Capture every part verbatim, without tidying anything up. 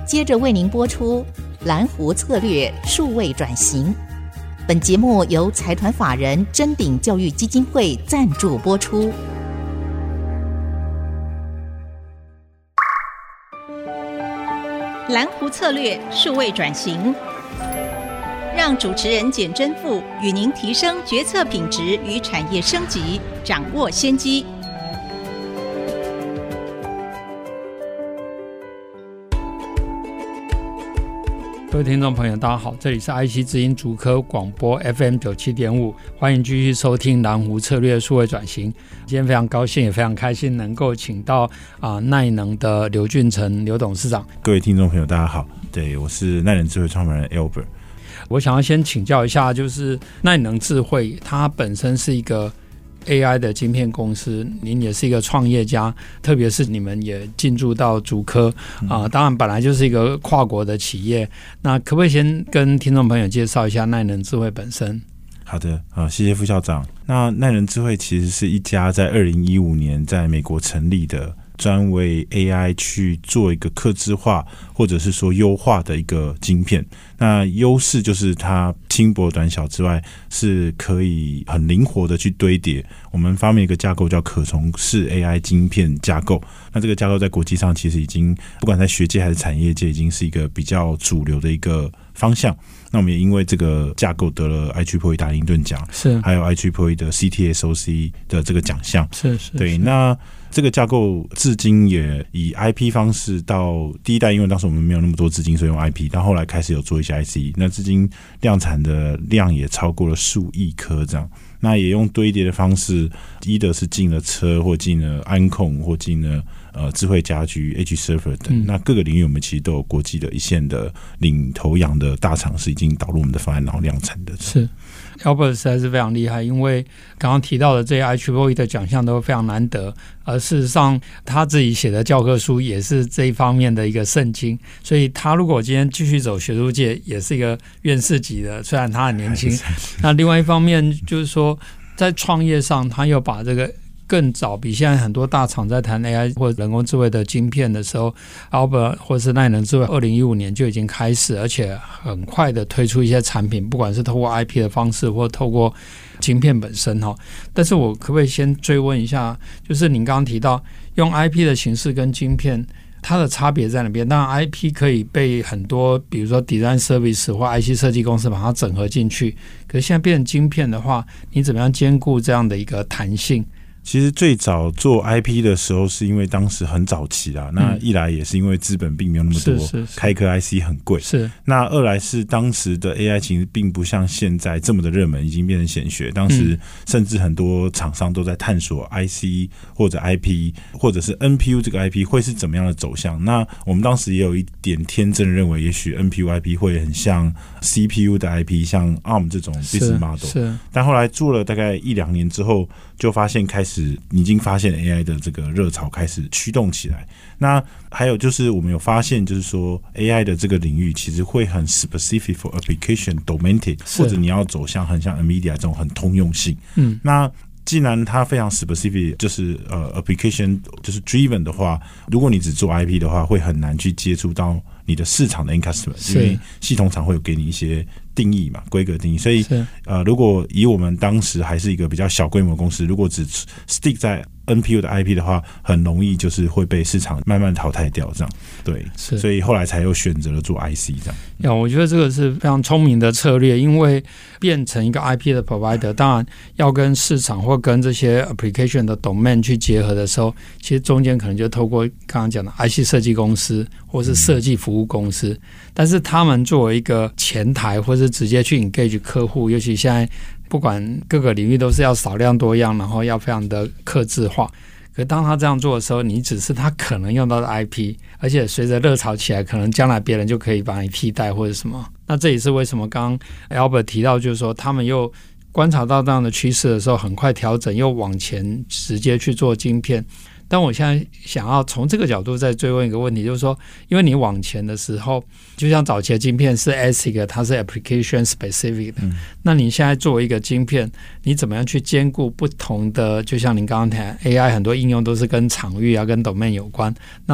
接着为您播出蓝湖策略数位转型。本节目由财团法人臻鼎教育基金会赞助播出。 蓝湖策略数位转型，让主持人简真富与您提升决策品质与产业升级，掌握先机。 各位听众朋友大家好，这里是 I C 之音竹科广播 F M 九十七点五， 欢迎继续收听蓝湖策略数位转型。今天非常高兴也非常开心能够请到、呃、耐能的刘俊成刘董事长。 各位听众朋友大家好，对，我是耐能智慧创办人 Albert。 我想要先请教一下，就是耐能智慧它本身是一个A I 的晶片公司，您也是一个创业家，特别是你们也进驻到竹科、呃、当然本来就是一个跨国的企业，那可不可以先跟听众朋友介绍一下耐能智慧本身？ 好的、呃、谢谢副校长。那耐能智慧其实是一家在二零一五年在美国成立的，专为 A I 去做一个客制化或者是说优化的一个晶片。那优势就是它轻薄短小之外，是可以很灵活的去堆叠。我们发明一个架构叫可重式 A I 晶片架构，那这个架构在国际上其实已经不管在学界还是产业界已经是一个比较主流的一个方向。那我们也因为这个架构得了 I E E E 达林顿奖，是还有 I E E E E 的 C T S O C 的这个奖项， 是是对。那这个架构至今也以 I P 方式到第一代，因为当时我们没有那么多资金，所以用 I P， 但后来开始有做一些 I C， 那至今量产的量也超过了数亿颗这样。那也用堆叠的方式，一的是进了车或进了安控或进了呃智慧家居 Edge Server 等、嗯、那各个领域我们其实都有国际的一线的领头羊的大厂是已经导入我们的方案然后量产的。 是Albert 实在是非常厉害，因为刚刚提到的这些 I E E E 的奖项都非常难得，而事实上他自己写的教科书也是这一方面的一个圣经，所以他如果今天继续走学术界也是一个院士级的，虽然他很年轻。那另外一方面就是说在创业上他又把这个更早比现在很多大厂在谈 A I 或人工智慧的晶片的时候， Albert 或是耐能智慧二零一五年就已经开始，而且很快的推出一些产品，不管是透过 I P 的方式或透过晶片本身。但是我可不可以先追问一下，就是您刚刚提到用 I P 的形式跟晶片它的差别在哪边？当然 I P 可以被很多比如说 Design Service 或 I C 设计公司把它整合进去，可是现在变成晶片的话，你怎么样兼顾这样的一个弹性？ 其实最早做 I P 的时候是因为当时很早期啦、嗯、那一来也是因为资本并没有那么多，是是是开一颗 I C 很贵，是那二来是当时的 A I 其实并不像现在这么的热门，已经变成显学，当时甚至很多厂商都在探索 I C 或者 I P 或者是 N P U 这个 I P 会是怎么样的走向。那我们当时也有一点天真认为也许 N P U I P 会很像 C P U 的 I P， 像 A R M 这种 business model， 但后来做了大概一两年之后就发现开始已经发现 A I 的这个热潮开始驱动起来。那还有就是我们有发现就是说 A I 的这个领域其实会很 specific for application domain， 或者你要走向很像 NVIDIA 这种很通用性。嗯，那既然它非常 specific， 就是呃 application 就是 driven 的话，如果你只做 I P 的话，会很难去接触到你的市场的 end customer， 因为系统厂会有给你一些定义嘛，规格定义。所以呃，如果以我们当时还是一个比较小规模的公司，如果只 stick 在 N P U 的 I P 的话，很容易就是会被市场慢慢淘汰掉这样。对，所以后来才又选择了做 I C 这样。 呀，我觉得这个是非常聪明的策略，因为变成一个 I P 的 provider， 当然要跟市场或跟这些 application 的 domain 去结合的时候，其实中间可能就透过刚刚讲的 I C 设计公司或是设计服务公司、嗯、但是他们作为一个前台或是直接去 engage 客户，尤其现在不管各个领域都是要少量多样，然后要非常的客制化。可当他这样做的时候，你只是他可能用到的 I P， 而且随着热潮起来，可能将来别人就可以把你替代或者什么。那这也是为什么刚刚 Albert 提到，就是说他们又观察到这样的趋势的时候，很快调整，又往前直接去做晶片。但我现在想要从这个角度再追问一个问题，就是说因为你往前的时候就像早期的晶片是 A S I C， 它是 application specific 的、嗯、那你现在作为一个晶片，你怎么样去兼顾不同的，就像您刚刚谈 A I 很多应用都是跟场域啊跟 domain 有关，那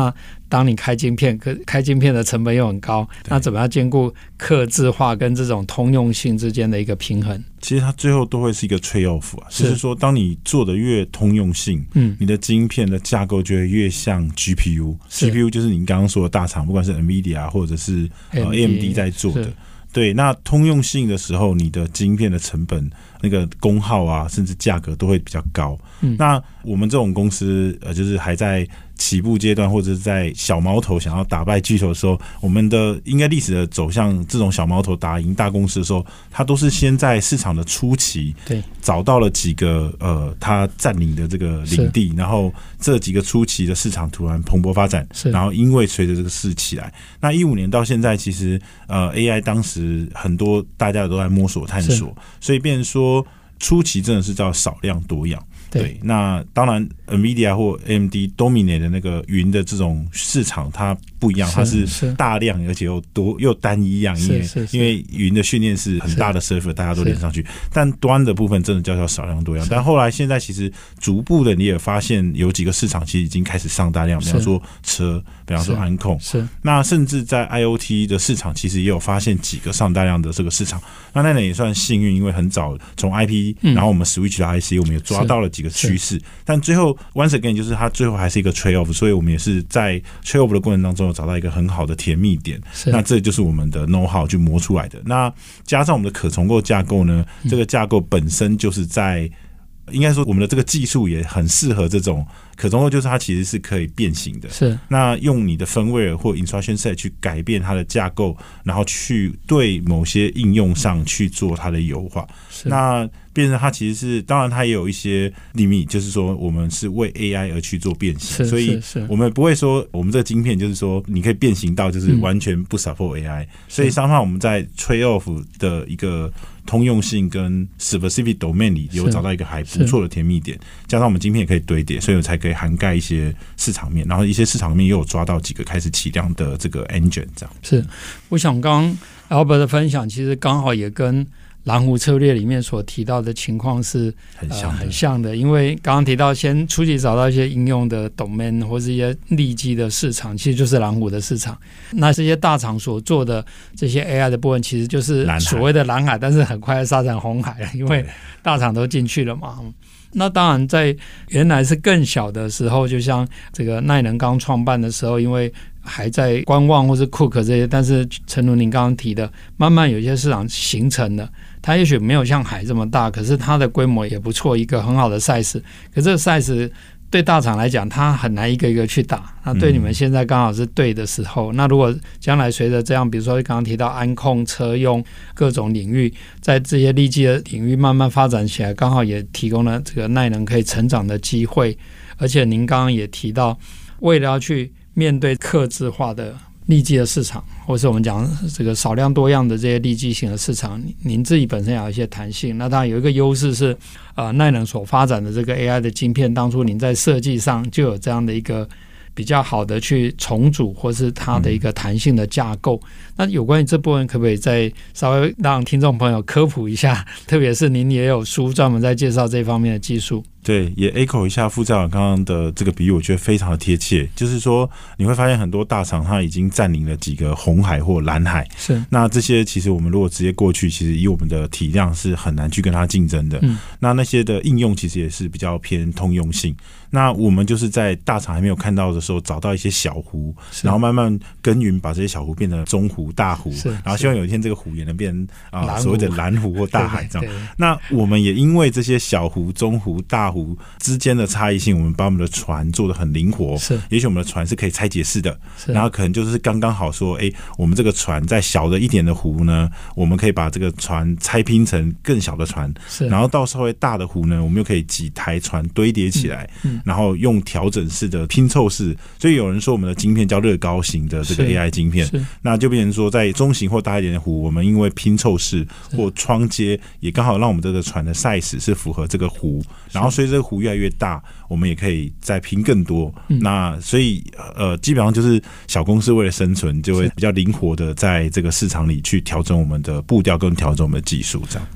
当你开晶片，可开晶片的成本又很高，那怎么样兼顾客制化跟这种通用性之间的一个平衡？ 其实它最后都会是一个 trade off 啊，就是说，当你做的越通用性，嗯，你的晶片的架构就会越像 G P U。G P U 就是你刚刚说的大厂，不管是 NVIDIA 或者是、呃、A M D 在做的。对，那通用性的时候，你的晶片的成本、那个功耗啊，甚至价格都会比较高。嗯，那我们这种公司，呃，就是还在起步阶段，或者是在小毛头想要打败巨头的时候，我们的应该历史的走向，这种小毛头打赢大公司的时候，它都是先在市场的初期，对，找到了几个呃，它占领的这个领地，然后这几个初期的市场突然蓬勃发展，然后因为随着这个事起来，那一五年到现在，其实呃 A I 当时很多大家都在摸索探索，所以变成说初期真的是叫少量多样。对, 对，那当然 NVIDIA 或 A M D dominate 的那个云的这种市场它不一样，它是大量而且又多又单一样，因为因为云的训练是很大的 server， 大家都连上去，但端的部分真的叫做少量多样。但后来现在其实逐步的你也发现有几个市场其实已经开始上大量，比方说车，比方说安控，是那甚至在 I O T 的市场其实也有发现几个上大量的这个市场。那那也算幸运，因为很早从 I P，嗯，然后我们 switch 到 I C， 我们也抓到了几个趋势，但最后 once again 就是它最后还是一个 trade off， 所以我们也是在 trade off 的过程当中有找到一个很好的甜蜜点，那这就是我们的 know how 去磨出来的。那加上我们的可重构架构呢，这个架构本身就是在应该说我们的这个技术也很适合这种可重构，就是它其实是可以变形的。是，那用你的分位或 instruction set 去改变它的架构，然后去对某些应用上去做它的优化。那变成它其实是，当然它也有一些秘密，就是说我们是为 A I 而去做变形，所以我们不会说我们这个晶片就是说你可以变形到就是完全不 support A I，嗯，所以相反我们在 trade off 的一个通用性跟 specific domain 里有找到一个还不错的甜蜜点，加上我们晶片也可以堆叠，所以我才可以涵盖一些市场面，然后一些市场面也有抓到几个开始起量的这个 engine， 这样。是， 我想刚刚 Albert 的分享其实刚好也跟蓝湖策略里面所提到的情况是很像的，呃、很像的，因为刚刚提到先初期找到一些应用的 domain 或是一些利基的市场，其实就是蓝湖的市场。那这些大厂所做的这些 A I 的部分，其实就是所谓的蓝海，但是很快杀成红海了，因为大厂都进去了嘛。那当然在原来是更小的时候，就像这个耐能刚创办的时候，因为还在观望或是 Cook 这些，但是诚如您刚刚提的，慢慢有些市场形成了，它也许没有像海这么大，可是它的规模也不错，一个很好的 size， 可这个 size对大厂来讲它很难一个一个去打，那对你们现在刚好是对的时候，嗯，那如果将来随着这样比如说刚刚提到安控车用各种领域，在这些利基的领域慢慢发展起来，刚好也提供了这个耐能可以成长的机会。而且您刚刚也提到，为了要去面对客制化的利基的市场，或是我们讲这个少量多样的这些利基型的市场，您自己本身也有一些弹性。那当然有一个优势是，呃，耐能所发展的这个 A I 的晶片，当初您在设计上就有这样的一个比较好的去重组，或是它的一个弹性的架构。嗯，那有关于这部分，可不可以再稍微让听众朋友科普一下？特别是您也有书专门在介绍这方面的技术。 对，也 echo 一下副校长刚刚的这个比喻，我觉得非常的贴切。就是说，你会发现很多大厂它已经占领了几个红海或蓝海，是那这些其实我们如果直接过去，其实以我们的体量是很难去跟它竞争的。嗯，那那些的应用其实也是比较偏通用性。那我们就是在大厂还没有看到的时候，找到一些小湖，然后慢慢耕耘，把这些小湖变成中湖、大湖，然后希望有一天这个湖也能变啊、呃、所谓的蓝湖或大海这样。那我们也因为这些小湖、中湖、大湖之间的差异性，我们把我们的船做得很灵活。是，也许我们的船是可以拆解式的，然后可能就是刚刚好说，哎，我们这个船在小的一点的湖呢，我们可以把这个船拆拼成更小的船，是，然后到稍微大的湖呢，我们又可以几台船堆叠起来，嗯嗯，然后用调整式的拼凑式，所以有人说我们的晶片叫乐高型的这个 A I 晶片，那就变成说在中型或大一点的湖，我们因为拼凑式或窗接，也刚好让我们这个船的 size 是符合这个湖，然后随着这个湖越来越大，我们也可以再拼更多。嗯、那所以呃，基本上就是小公司为了生存，就会比较灵活的在这个市场里去调整我们的步调跟调整我们的技术，这样。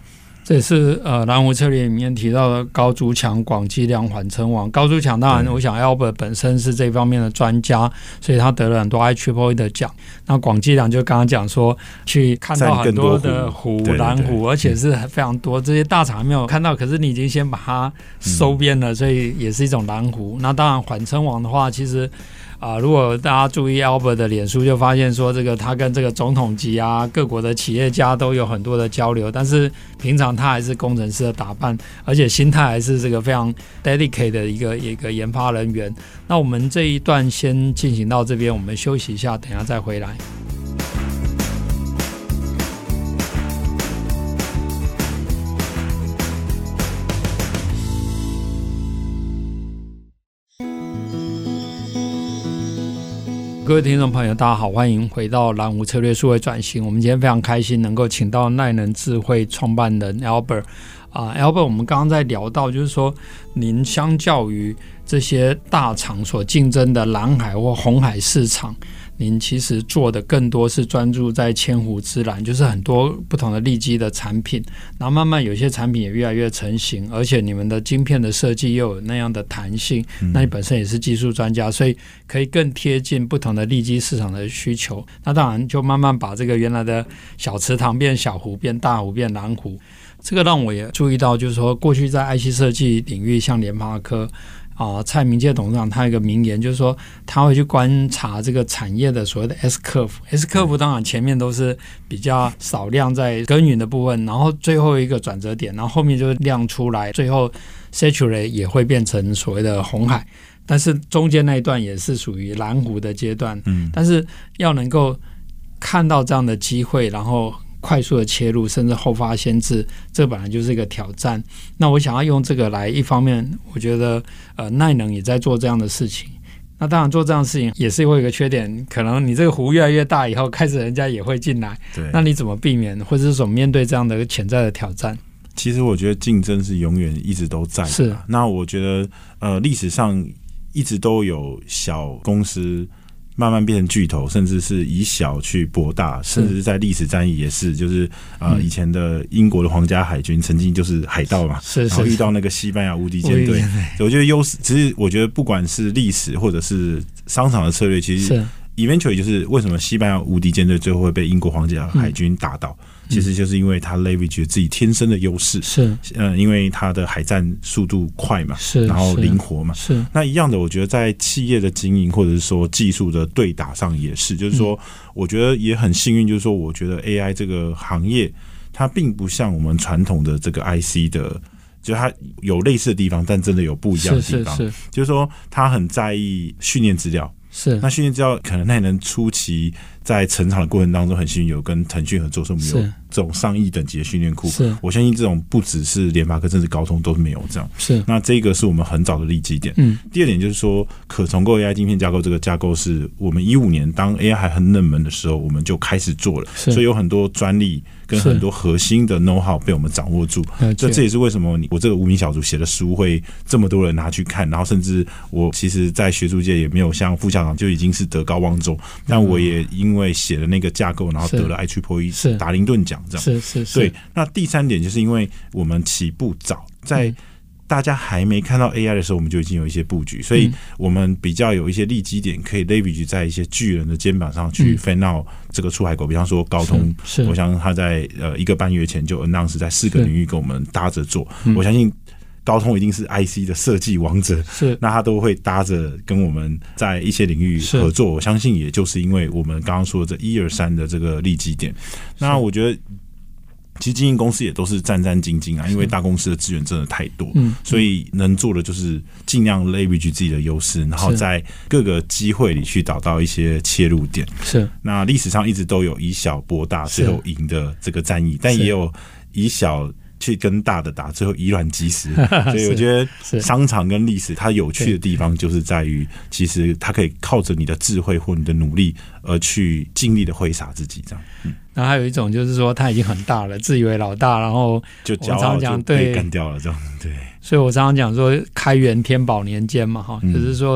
这也是呃蓝湖策略里面提到的高筑墙、广积粮、缓称王。高筑墙当然，我想 Albert 本身是这方面的专家，所以他得了很多 I T R I P L E 的奖。那广积粮就刚刚讲说，去看到很多的湖、蓝湖，而且是非常多，这些大厂还没有看到，可是你已经先把它收编了，嗯、所以也是一种蓝湖。那当然缓称王的话，其实。啊、呃，如果大家注意 Albert 的脸书，就发现说这个他跟这个总统级啊，各国的企业家都有很多的交流，但是平常他还是工程师的打扮，而且心态还是这个非常 dedicated 的一个一个研发人员。那我们这一段先进行到这边，我们休息一下，等一下再回来。各位听众朋友大家好，欢迎回到蓝湖策略数位转型。我们今天非常开心能够请到耐能智慧创办人 Albert、呃、Albert 我们刚刚在聊到就是说您相较于这些大厂所竞争的蓝海或红海市场，您其实做的更多是专注在千湖之蓝，就是很多不同的利基的产品，然后慢慢有些产品也越来越成型，而且你们的晶片的设计又有那样的弹性、嗯、那你本身也是技术专家，所以可以更贴近不同的利基市场的需求。那当然就慢慢把这个原来的小池塘变小湖，变大湖，变蓝湖。这个让我也注意到，就是说过去在 I C 设计领域，像联发科啊，蔡明介董事长他有一个名言，就是说他会去观察这个产业的所谓的 S curve。S curve 当然前面都是比较少量在耕耘的部分，然后最后一个转折点，然后后面就亮出来，最后 saturate 也会变成所谓的红海，但是中间那一段也是属于蓝湖的阶段。嗯，但是要能够看到这样的机会，然后快速的切入，甚至后发先至，这本来就是一个挑战。那我想要用这个来，一方面我觉得呃耐能也在做这样的事情，那当然做这样的事情也是会有一个缺点，可能你这个湖越来越大以后，开始人家也会进来，对，那你怎么避免，或者是怎么面对这样的潜在的挑战？ 其实我觉得竞争是永远一直都在的，是。那我觉得呃历史上一直都有小公司慢慢变成巨头，甚至是以小去博大，甚至是在历史战役也是，就是呃、嗯、以前的英国的皇家海军曾经就是海盗嘛，是是是，然后遇到那个西班牙无敌舰队，我觉得优势，其实我觉得不管是历史或者是商场的策略，其实 eventually 就是为什么西班牙无敌舰队最后会被英国皇家海军打倒。嗯，其实就是因为他 leverage 自己天生的优势，是，呃，因为他的海战速度快嘛，是，然后灵活嘛，是。那一样的，我觉得在企业的经营或者是说技术的对打上也是，就是说，我觉得也很幸运，就是说，我觉得 A I 这个行业，它并不像我们传统的这个 I C 的。就它有类似的地方，但真的有不一样的地方。是是是，就是说，他很在意训练资料。是，那训练资料可能耐能初期在成长的过程当中，很幸运有跟腾讯合作，所以我们有这种上亿等级的训练库。是，我相信这种不只是联发科，甚至高通都是没有这样。是，那这个是我们很早的利基点。嗯，第二点就是说，可重构 A I 晶片架构这个架构是我们一五年当 A I 还很冷门的时候，我们就开始做了，所以有很多专利跟很多核心的 know how 被我们掌握住。这这也是为什么我这个无名小组写的书会这么多人拿去看，然后甚至我其实在学术界也没有像副校长就已经是德高望重，但我也因为写了那个架构，然后得了 I T R I P L E 达林顿奖，这样是是是。对，那第三点就是因为我们起步早，在大家还没看到 A I 的时候，我们就已经有一些布局，所以我们比较有一些利基点可以 leverage 在一些巨人的肩膀上去飞到这个出海口，比方说高通，我相信他在呃一个半月前就 announce 在四个领域跟我们搭着做，我相信高通一定是 I C 的设计王者，是，那他都会搭着跟我们在一些领域合作，我相信也就是因为我们刚刚说的这一二三的这个利基点，那我觉得。其实经营公司也都是战战兢兢啊，因为大公司的资源真的太多，嗯，所以能做的就是尽量 leverage 自己的优势，然后在各个机会里去找到一些切入点。是，那历史上一直都有以小博大，最后赢的这个战役，但也有以小去跟大的打，最后以卵击石。所以我觉得商场跟历史它有趣的地方就是在于，其实它可以靠着你的智慧或你的努力而去尽力的挥洒自己这样。嗯， 然后还有一种就是说他已经很大了，自以为老大，然后就骄傲就被干掉了这样。对， 所以我常常讲说开元天宝年间嘛，哈、嗯，就是说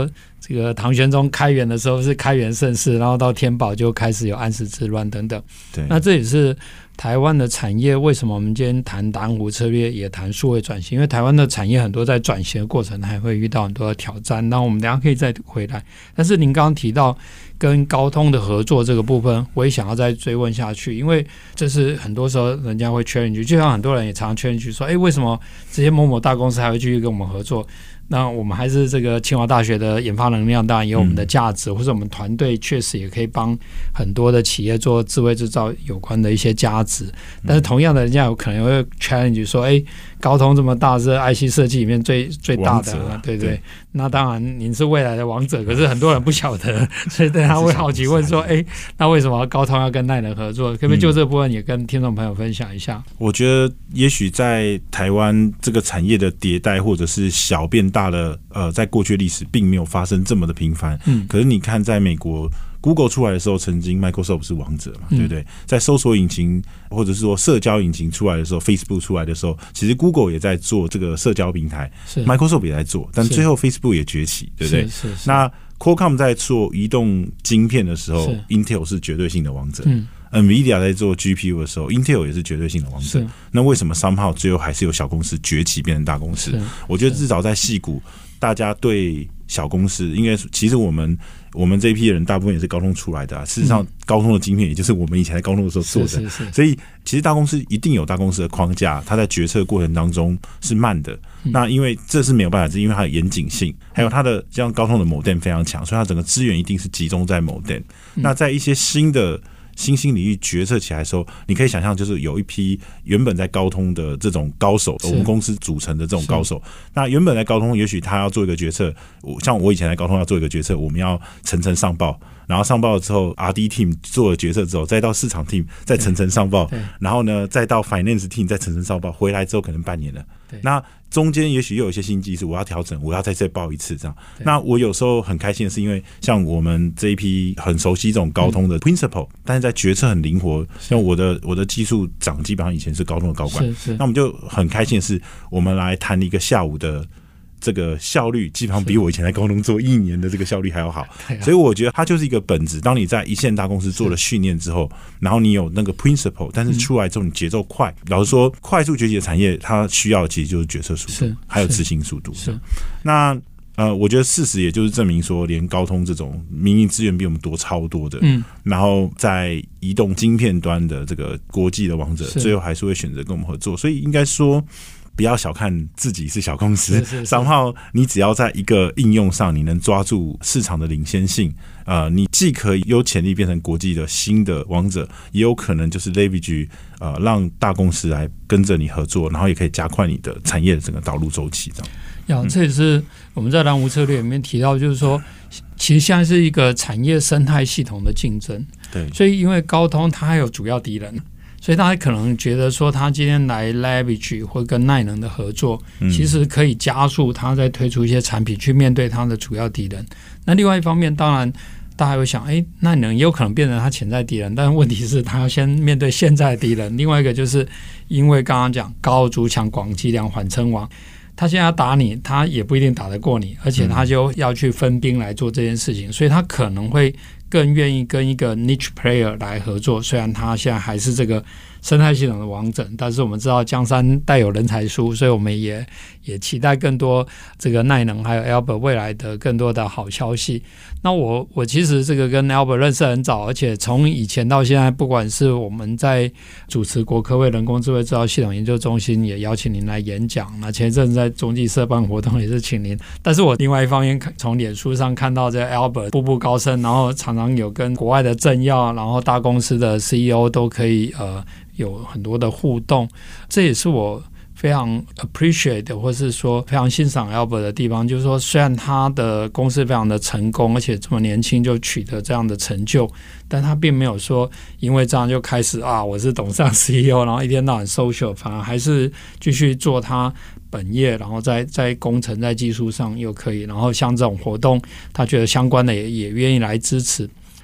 这个唐玄宗开元的时候是开元盛世，然后到天宝就开始有安史之乱等等。 对， 那这也是台湾的产业为什么我们今天谈蓝湖策略也谈数位转型，因为台湾的产业很多在转型的过程还会遇到很多的挑战，那我们等一下可以再回来。但是您刚刚提到跟高通的合作这个部分，我也想要再追问下去，因为这是很多时候人家会 challenge， 就像很多人也常常 challenge 说，哎，为什么这些某某大公司还会继续跟我们合作？那我们还是这个清华大学的研发能量当然也有我们的价值、嗯、或者我们团队确实也可以帮很多的企业做智慧制造有关的一些价值，但是同样的人家有可能会 challenge 说，哎，高通这么大是 I C 设计里面最最大的，对 对, 对，那当然您是未来的王者，可是很多人不晓得，所以大家会好奇问说，哎，那为什么高通要跟耐能合作？可不可以就这部分也跟听众朋友分享一下？ 我觉得也许在台湾这个产业的迭代或者是小变大的呃，在过去历史并没有发生这么的频繁，嗯，可是你看在美国 Google 出来的时候，曾经 Microsoft 是王者嘛，对不对？嗯、在搜索引擎或者是说社交引擎出来的时候 ，Facebook 出来的时候，其实 Google 也在做这个社交平台 ，Microsoft 也在做，但最后 Facebook 也崛起，对不对？是是是。那 Qualcomm 在做移动晶片的时候 ，Intel 是绝对性的王者。嗯，NVIDIA 在做 G P U 的时候 ，Intel 也是绝对性的王者。那为什么 somehow 最后还是有小公司崛起变成大公司？我觉得至少在矽谷，大家对小公司，因为其实我们我们这一批人大部分也是高通出来的、啊，事实上高通的晶片也就是我们以前在高通的时候做的，是是是，所以其实大公司一定有大公司的框架，它在决策过程当中是慢的。嗯、那因为这是没有办法，是因为它的严谨性，还有它的像高通的 modem 非常强，所以它整个资源一定是集中在 modem、嗯。那在一些新的新兴领域决策起来的时候，你可以想象，就是有一批原本在高通的这种高手，我们公司组成的这种高手。那原本在高通，也许他要做一个决策，像我以前在高通要做一个决策，我们要层层上报，然后上报了之后 ，R D team 做了决策之后，再到市场 team 再层层上报，然后呢，再到 finance team 再层层上报，回来之后可能半年了。那中间也许又有一些新技术，我要调整，我要再再报一次这样。那我有时候很开心的是，因为像我们这一批很熟悉这种高通的 principal，、嗯、但是在决策很灵活。像我的我的技术长基本上以前是高通的高管，那我们就很开心的是，我们来谈一个下午的这个效率，基本上比我以前在高通做一年的这个效率还要好。所以我觉得它就是一个本质。当你在一线大公司做了训练之后，然后你有那个 principle， 但是出来之后你节奏快。嗯、老实说，快速崛起的产业，它需要的其实就是决策速度，还有执行速度。是。那呃，我觉得事实也就是证明说，连高通这种民营资源比我们多超多的，嗯，然后在移动晶片端的这个国际的王者，最后还是会选择跟我们合作。所以应该说，不要小看自己是小公司，然后你只要在一个应用上你能抓住市场的领先性，呃，你既可以有潜力变成国际的新的王者，也有可能就是 leverage 呃让大公司来跟着你合作，然后也可以加快你的产业的整个导入周期这样。 呀，这也是我们在蓝湖策略里面提到，就是说，其实现在是一个产业生态系统的竞争。对，所以因为高通它还有主要敌人。所以他可能觉得说，他今天来 leverage 或跟耐能的合作，其实可以加速他在推出一些产品去面对他的主要敌人。那另外一方面，当然大家会想，哎，耐能也有可能变成他潜在敌人，但是问题是他要先面对现在的敌人。另外一个就是因为刚刚讲高傲筑墙、广积粮、缓称王。他现在要打你，他也不一定打得过你，而且他就要去分兵来做这件事情，所以他可能会更愿意跟一个 niche player 来合作。虽然他现在还是这个生态系统的王者，但是我们知道江山代有人才书，所以我们也也期待更多这个耐能还有 Albert 未来的更多的好消息。那我我其实这个跟 Albert 认识很早，而且从以前到现在，不管是我们在主持国科会人工智慧制造系统研究中心也邀请您来演讲，那前一阵子在中继社办活动也是请您。但是我另外一方面从脸书上看到这 Albert 步步高升，然后常常有跟国外的政要，然后大公司的 C E O 都可以呃有很多的互动，这也是我非常 appreciate 或是说非常欣赏 Albert 的地方，就是说虽然他的公司非常的成功，而且这么年轻就取得这样的成就，但他并没有说因为这样就开始啊我是董事长 C E O 然后一天到晚 social， 反而还是继续做他本业，然后在在工程在技术上又可以，然后像这种活动他觉得相关的也也愿意来支持。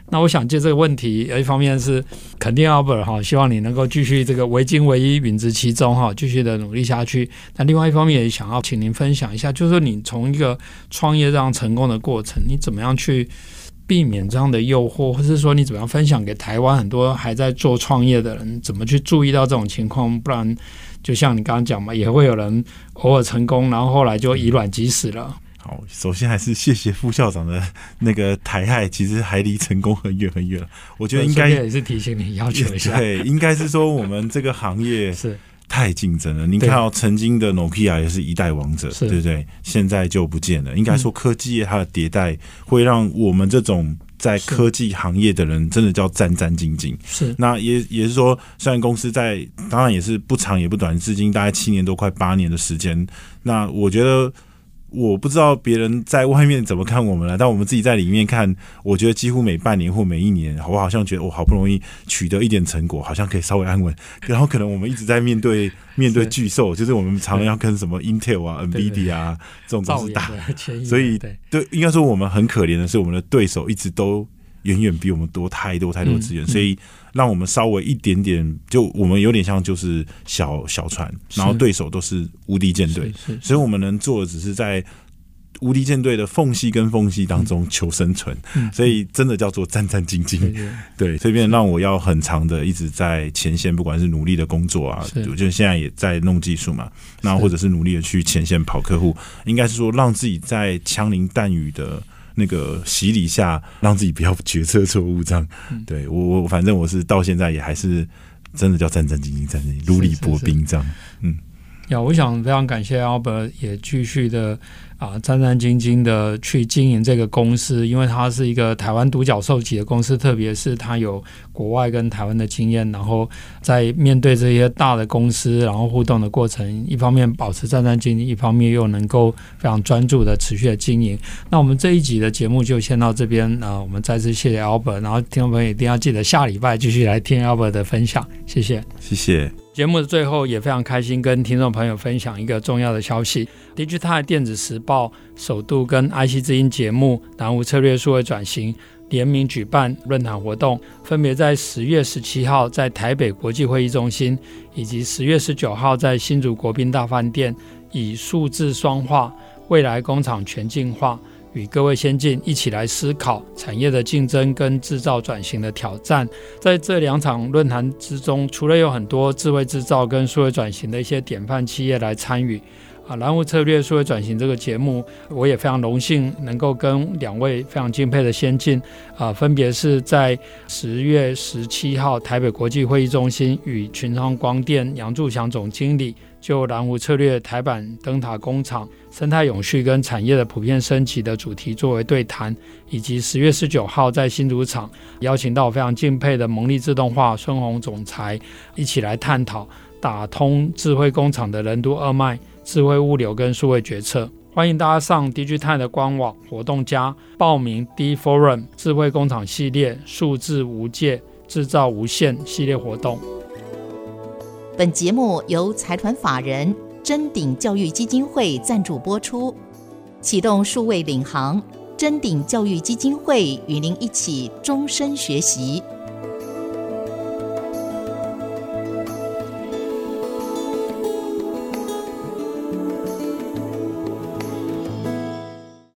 那我想借这个问题，一方面是肯定 Albert 哈，希望你能够继续这个为精为一，秉持其中哈，继续的努力下去。那另外一方面也想要请您分享一下，就是说你从一个创业这样成功的过程，你怎么样去避免这样的诱惑，或是说你怎么样分享给台湾很多还在做创业的人，怎么去注意到这种情况？不然就像你刚刚讲嘛，也会有人偶尔成功，然后后来就以卵击石了。 好，首先还是谢谢副校长的那个台害，其实还离成功很远很远。我觉得应该也是提醒你要求一下， 对，应该是说我们这个行业是太竞争了。你看到曾经的 Nokia 也是一代王者，对不对？现在就不见了。应该说科技业它的迭代会让我们这种在科技行业的人真的叫战战兢兢。 是， 那也也是说，虽然公司在当然也是不长也不短，至今大概七年多快八年的时间。那我觉得。我不知道别人在外面怎么看我们了，但我们自己在里面看，我觉得几乎每半年或每一年，我好像觉得我好不容易取得一点成果，好像可以稍微安稳。然后可能我们一直在面对面对巨兽，就是我们常常要跟什么 Intel 啊、NVIDIA 啊这种公司打，所以对，应该说我们很可怜的是，我们的对手一直都远远比我们多太多太多资源，嗯嗯、所以让我们稍微一点点，就我们有点像就是小小船，然后对手都是无敌舰队，所以我们能做的只是在无敌舰队的缝隙跟缝隙当中求生存，嗯、所以真的叫做战战兢兢。对, 对, 对，所以变让我要很长的一直在前线，不管是努力的工作啊，我觉得现在也在弄技术嘛，那或者是努力的去前线跑客户，应该是说让自己在枪林弹雨的那个洗礼下，让自己不要决策错误，这样。嗯、对我，我反正我是到现在也还是真的叫战战兢兢，战战兢兢，如履薄冰这样。嗯， 呀，我想非常感谢 Albert 也继续的啊战战兢兢的去经营这个公司，因为它是一个台湾独角兽级的公司，特别是它有国外跟台湾的经验，然后在面对这些大的公司，然后互动的过程，一方面保持战战兢兢，一方面又能够非常专注的持续的经营。那我们这一集的节目就先到这边，呃，我们再次谢谢 Albert， 然后听众朋友一定要记得下礼拜继续来听 Albert 的分享，谢谢， 谢谢。 节目的最后也非常开心跟听众朋友分享一个重要的消息， Digital 电子时报首度跟 I C 之音节目南无策略数位转型联名举办论坛活动，分别在十月十七号在台北国际会议中心，以及十月十九号在新竹国宾大饭店，以数字双化未来工厂全进化，与各位先进一起来思考产业的竞争跟制造转型的挑战。在这两场论坛之中，除了有很多智慧制造跟数位转型的一些典范企业来参与啊，蓝湖策略数位转型这个节目，我也非常荣幸能够跟两位非常敬佩的先进啊，分别是在十月十七号台北国际会议中心与群创光电杨柱祥总经理就蓝湖策略台版灯塔工厂生态永续跟产业的普遍升级的主题作为对谈，以及十月十九号在新竹厂邀请到我非常敬佩的蒙利自动化孙宏总裁一起来探讨打通智慧工厂的任督二脉、智慧物流跟数位决策。欢迎大家上 Digital 的官网活动家报名 D Forum 智慧工厂系列数字无界制造无限系列活动。 本节目由财团法人臻鼎教育基金会赞助播出，启动数位领航，臻鼎教育基金会与您一起终身学习。